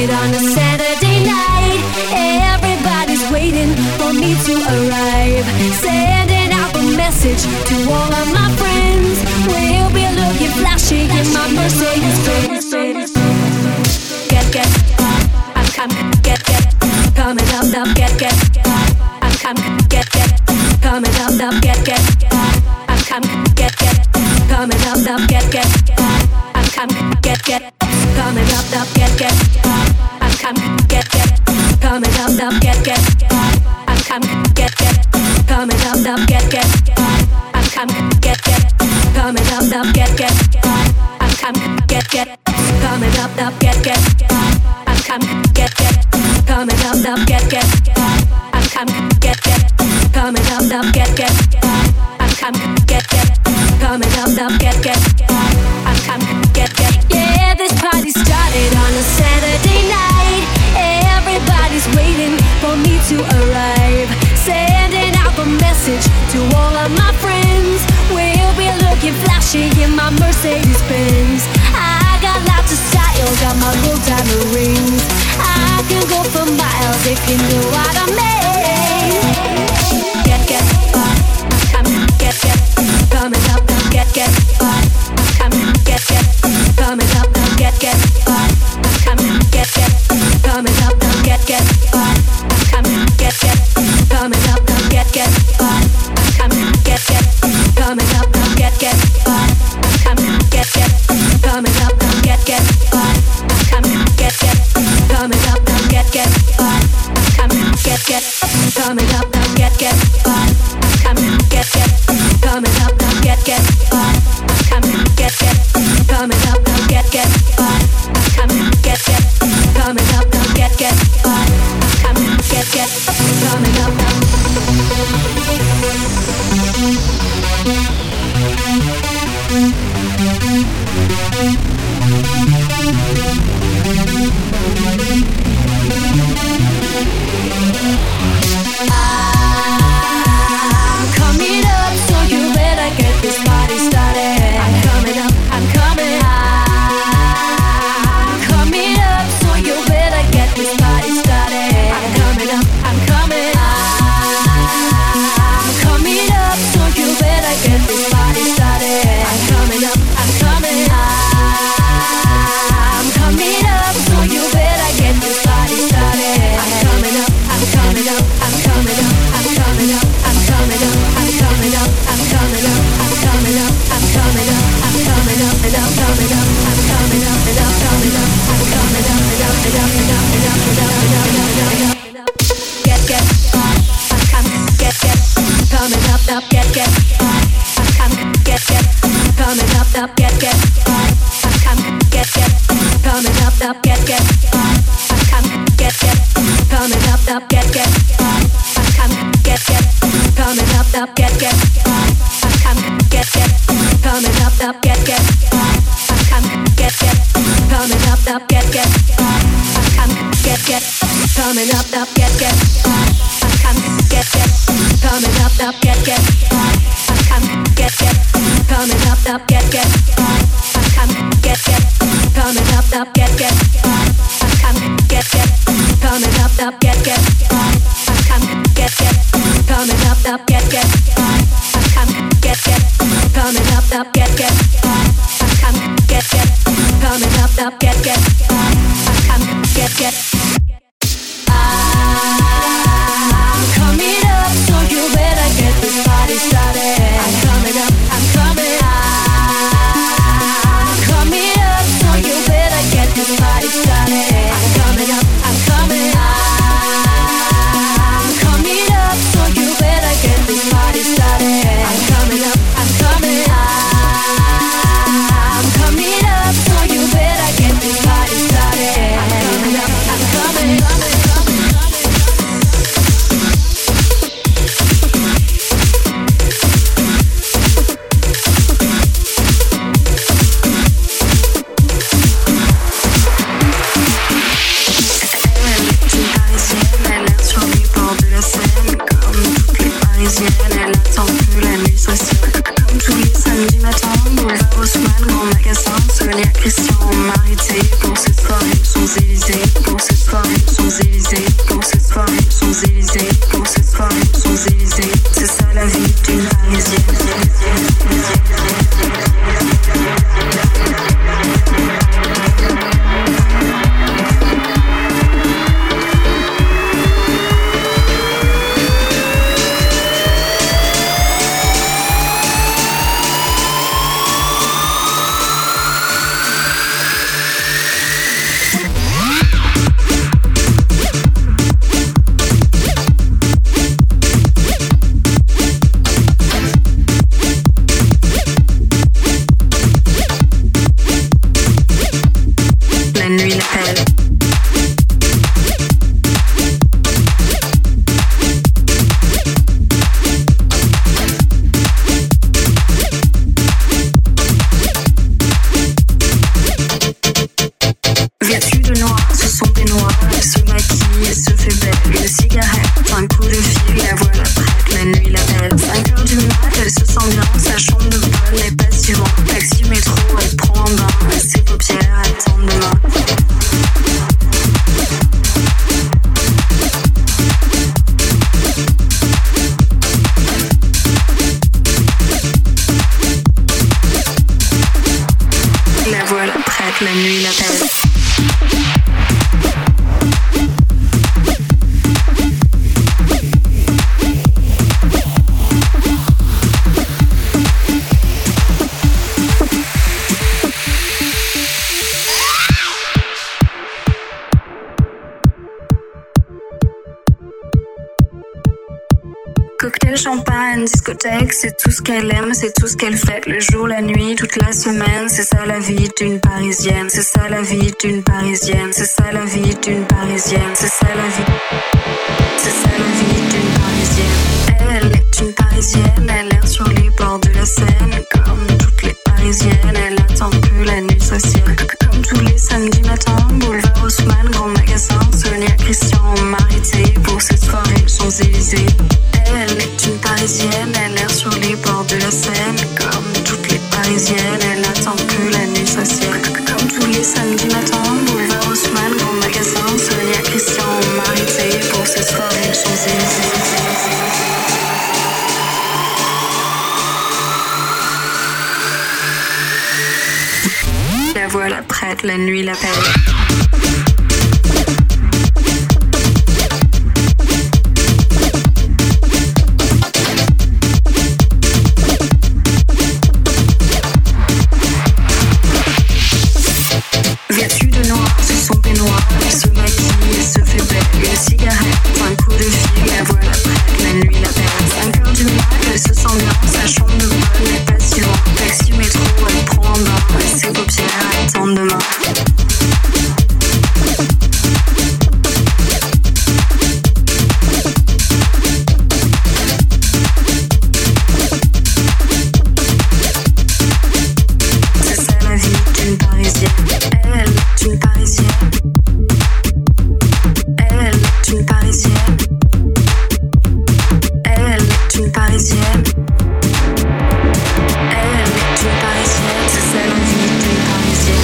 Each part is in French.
started on a Saturday night. Everybody's waiting for me to arrive. Sending out a message to all of my friends. We'll be looking flashy in my Mercedes-Benz. Get, I'm coming, get, coming up, get, I'm coming, get, coming up, get, I'm coming, get, coming up, get, I'm coming, get, coming up, get, I'm coming, get, coming up, get, I'm coming, get, coming up, get, I'm coming, get, coming up, get, I'm coming, get, coming up, get, I'm coming, get, coming up, get, I'm coming, get, coming up, get, I'm coming, get, coming up, get, I'm coming, get, yeah, this party started on a Saturday night. Everybody's waiting for me to arrive. Sending out the message to all of my friends. We'll be looking flashy in my Mercedes-Benz. I got lots of style, got my gold diamond rings. I can go for miles if you know what I mean. Get, coming, get, coming up, get, coming, get, coming up, get, coming, get, coming up, get, coming, get, coming up, get, coming, get, coming up, get, coming, get, coming up, get, coming, get, coming up, get, coming, get, coming up, get, coming, get, coming up, get, coming, get, coming up, get, coming, get, coming up, get, coming, get, coming up. I'm coming up, so you better get this party started. I'm coming up, I'm coming. I'm coming up, so you better get this party started. I'm coming up, I'm coming. I'm coming up, so you better get this party started. I'm coming up, I'm coming. I'm coming up, so you better get this party started. I'm coming up, I'm coming up, I'm coming up, I'm coming up, I'm coming up, I'm coming up, I'm coming up, I'm coming up, I'm coming up, I'm coming up, and I'm coming up, I'm coming up, and I'm coming up, I'm coming up, and I'm coming up, and I'm coming up. Get, I'm coming, get, coming up, get, I'm coming, get, coming up, get, I'm coming, get, coming up, get, I'm coming, get, coming up, get, I'm coming, get, coming up, get, I'm coming, get, coming up, get, I'm coming, get, coming up, get, I'm coming, get, coming up, get, I'm coming, get, coming up, get, I'm coming, get, coming up, get, I'm coming, get, coming up, get, I'm coming, get, coming up, get, I'm coming, get, coming up, get, I'm coming, get, coming up, get, I'm coming, get, coming up, get, I'm coming, get. I'm coming up, so you better get this party started. I'm coming up, I'm coming. I'm coming up, so you better get this party started. I'm coming up, I'm coming. I'm coming up, so you better get this party started. I'm coming up, I'm coming. I'm coming up, so you better get this party started. I'm coming up, I'm coming. Elle attend que la nuit soit seule. Comme tous les samedis matins, boulevard Haussmann, grand magasin. Sonia, Christian, Marité, pour cette soirée aux Champs-Élysées. Pour l'appelle. Vêtue de noir, sous son peignoir, elle se maquille et se fait belle. Une cigarette, un coup de fil, la voilà prête, la nuit l'appelle. 5 heures du mat, elle se sent bien, sa chambre de bonne n'est pas si loin. Taxi métro, elle prend un bain, ses paupières attendent demain. La voilà prête, la nuit l'appelle. Cocktail, champagne, discothèque, c'est tout ce qu'elle aime, c'est tout ce qu'elle fait. Le jour, la nuit, toute la semaine, c'est ça la vie d'une Parisienne. C'est ça la vie d'une Parisienne. C'est ça la vie d'une Parisienne. C'est ça la vie. C'est ça la vie d'une Parisienne. Elle est une Parisienne, elle erre sur les bords de la Seine. Comme toutes les Parisiennes, elle attend que la nuit soit sienne. Comme tous les samedis matins, boulevard Haussmann, grand magasin, Sonia Christian, Marité, pour cette soirée Champs-Élysées. Elle est une Parisienne, elle erre sur les bords de la Seine. Comme toutes les Parisiennes, elle attend que la nuit soit sienne. Comme tous les samedis matins, boulevard Haussmann, grand magasin, Sonia Christian, Marité, pour cette soirée Champs-Élysées. La voilà prête, la nuit l'appelle. Vêtue de noir, sous son peignoir, elle se maquille et se fait belle. Une cigarette, un coup de fil, la voilà prête, la nuit l'appelle. 5 heures du mat, elle se sent bien, sa chambre de bonne n'est pas si loin. Taxi métro, elle prend un bain, ses paupières attendent demain. C'est ça la vie d'une Parisienne. Elle est une Parisienne. Elle est une Parisienne. Elle est une Parisienne. Elle est une Parisienne. C'est ça la vie d'une Parisienne.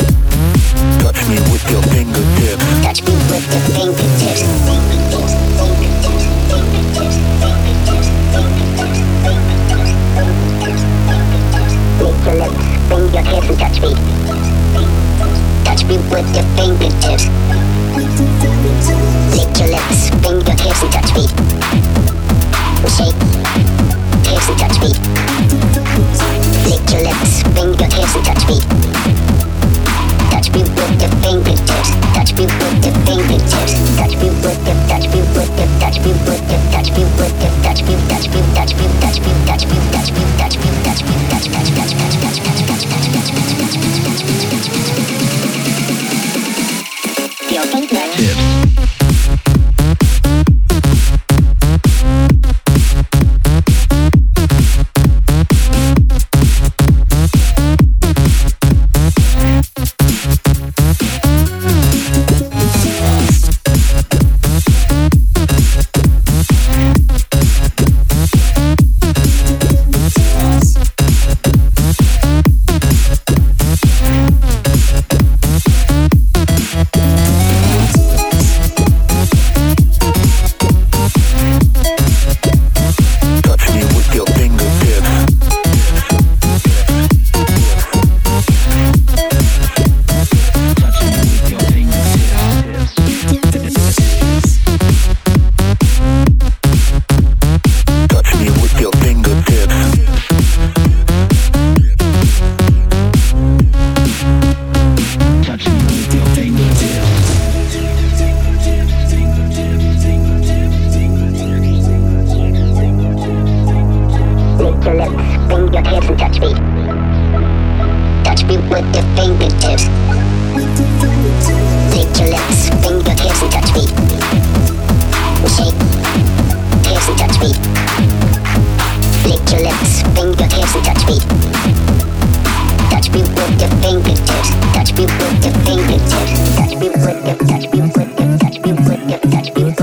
Touch me with your fingertips.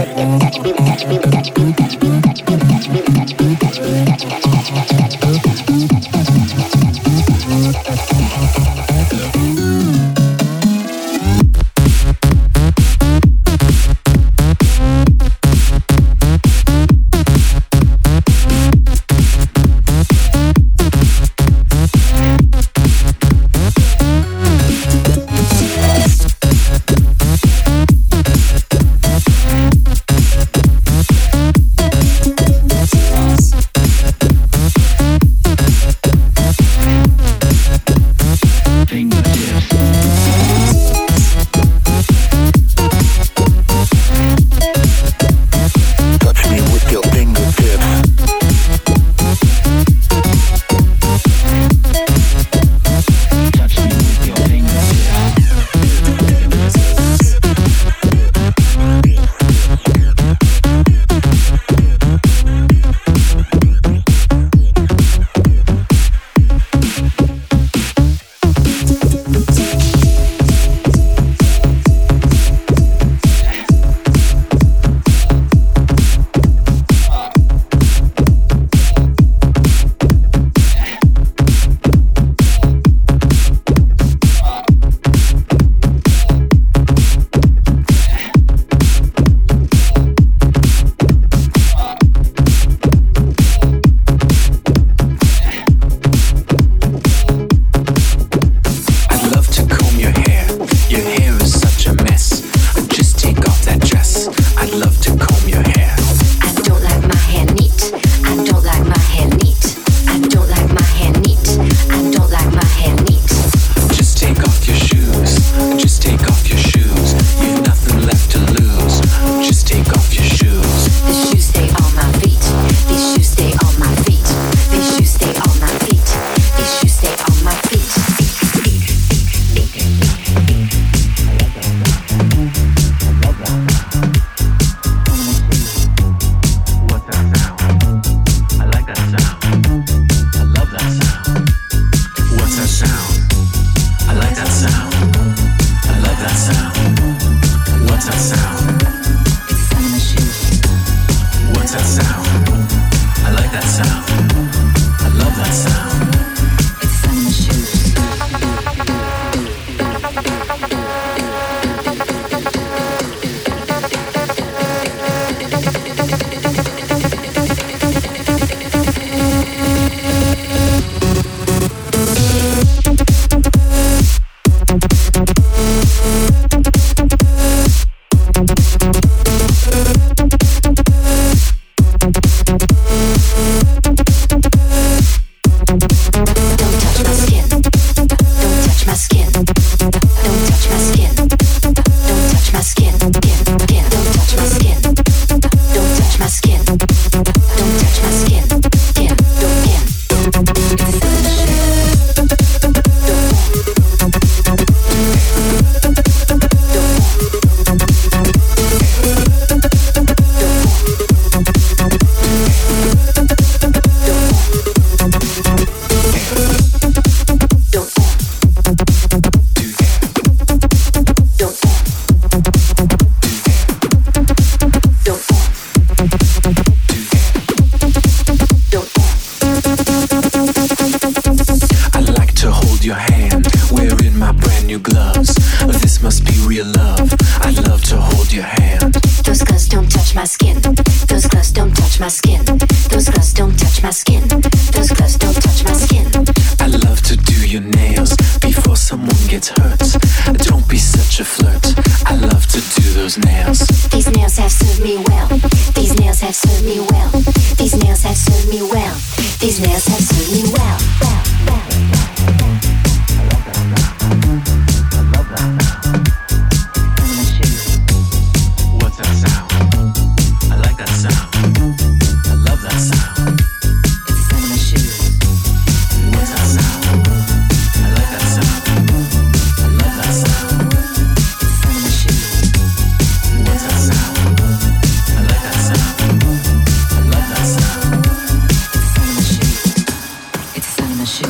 Shoes.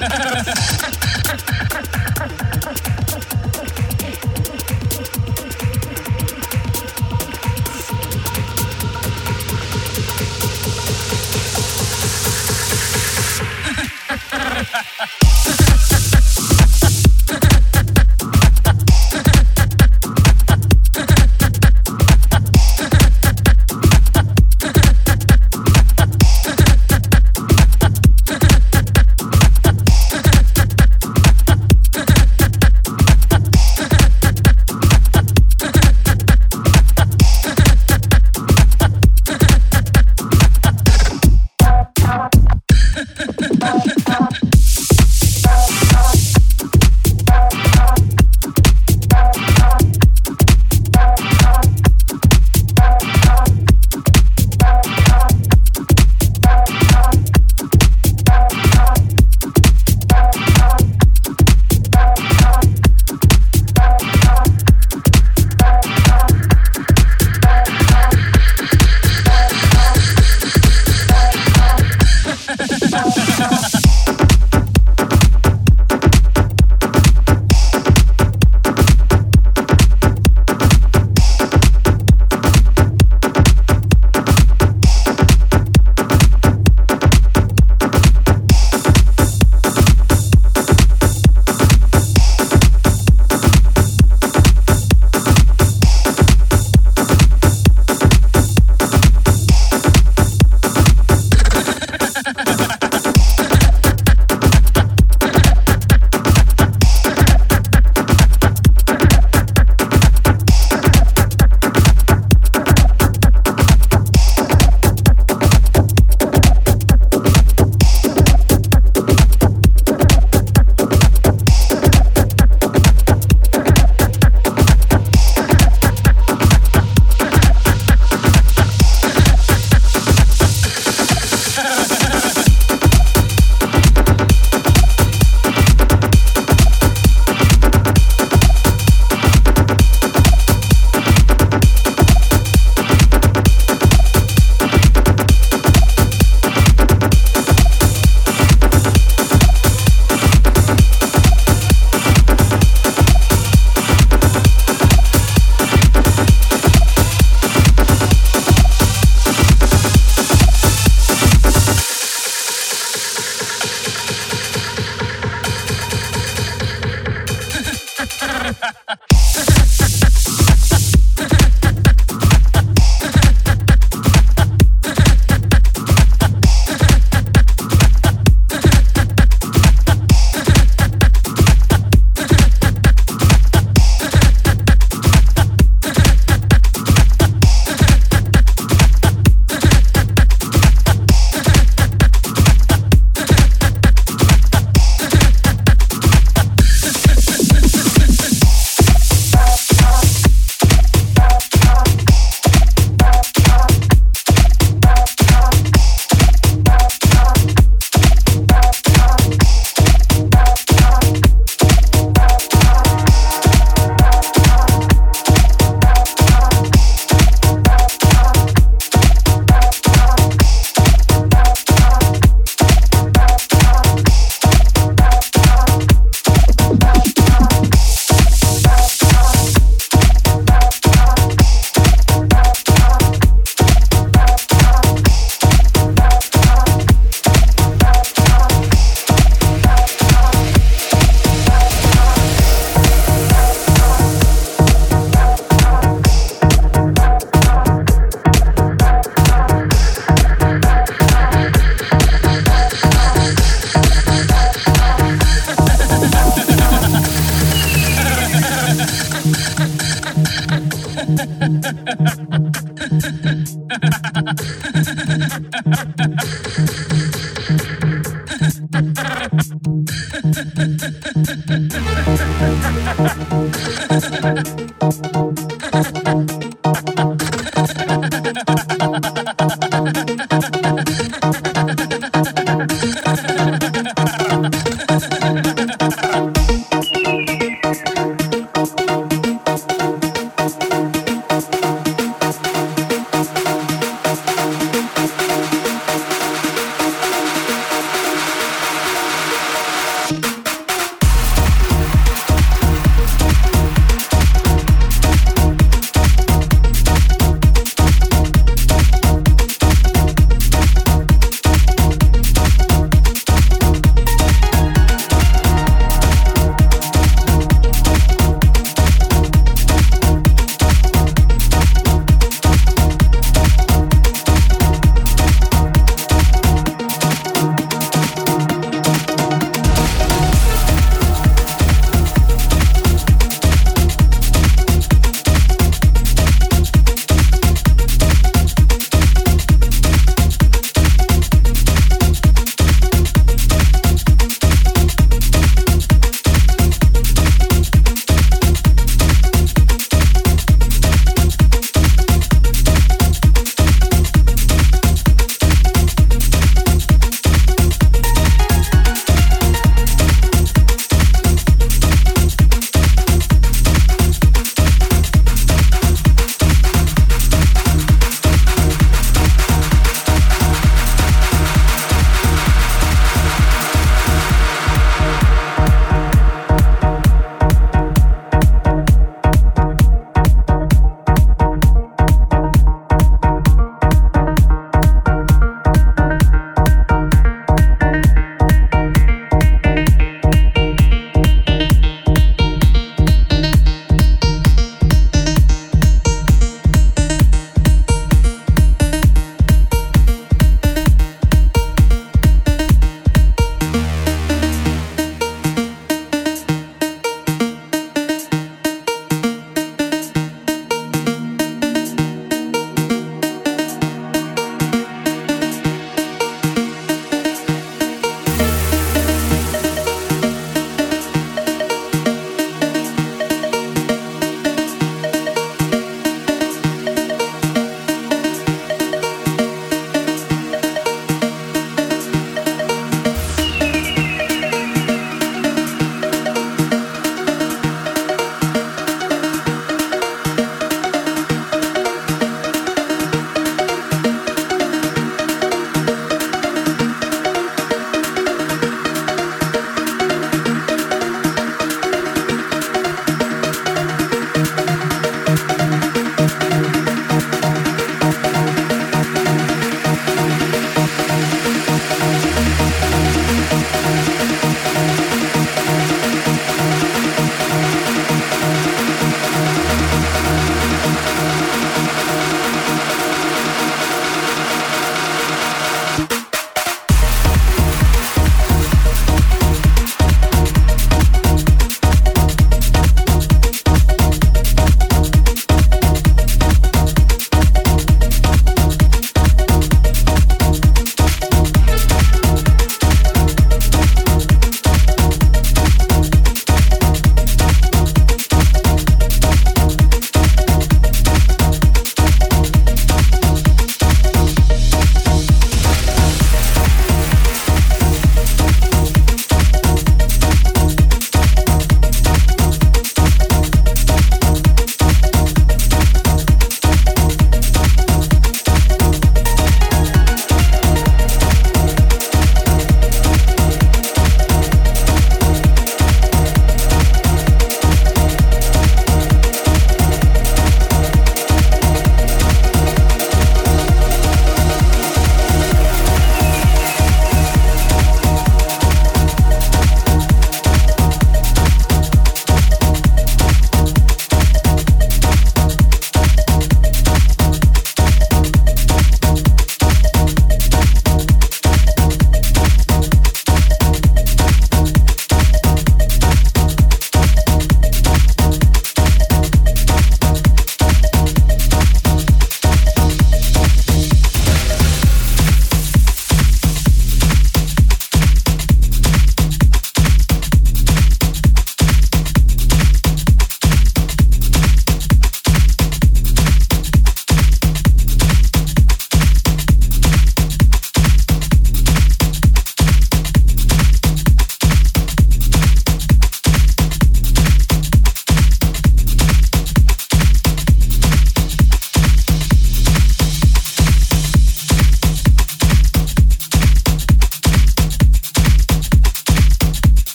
Thank you.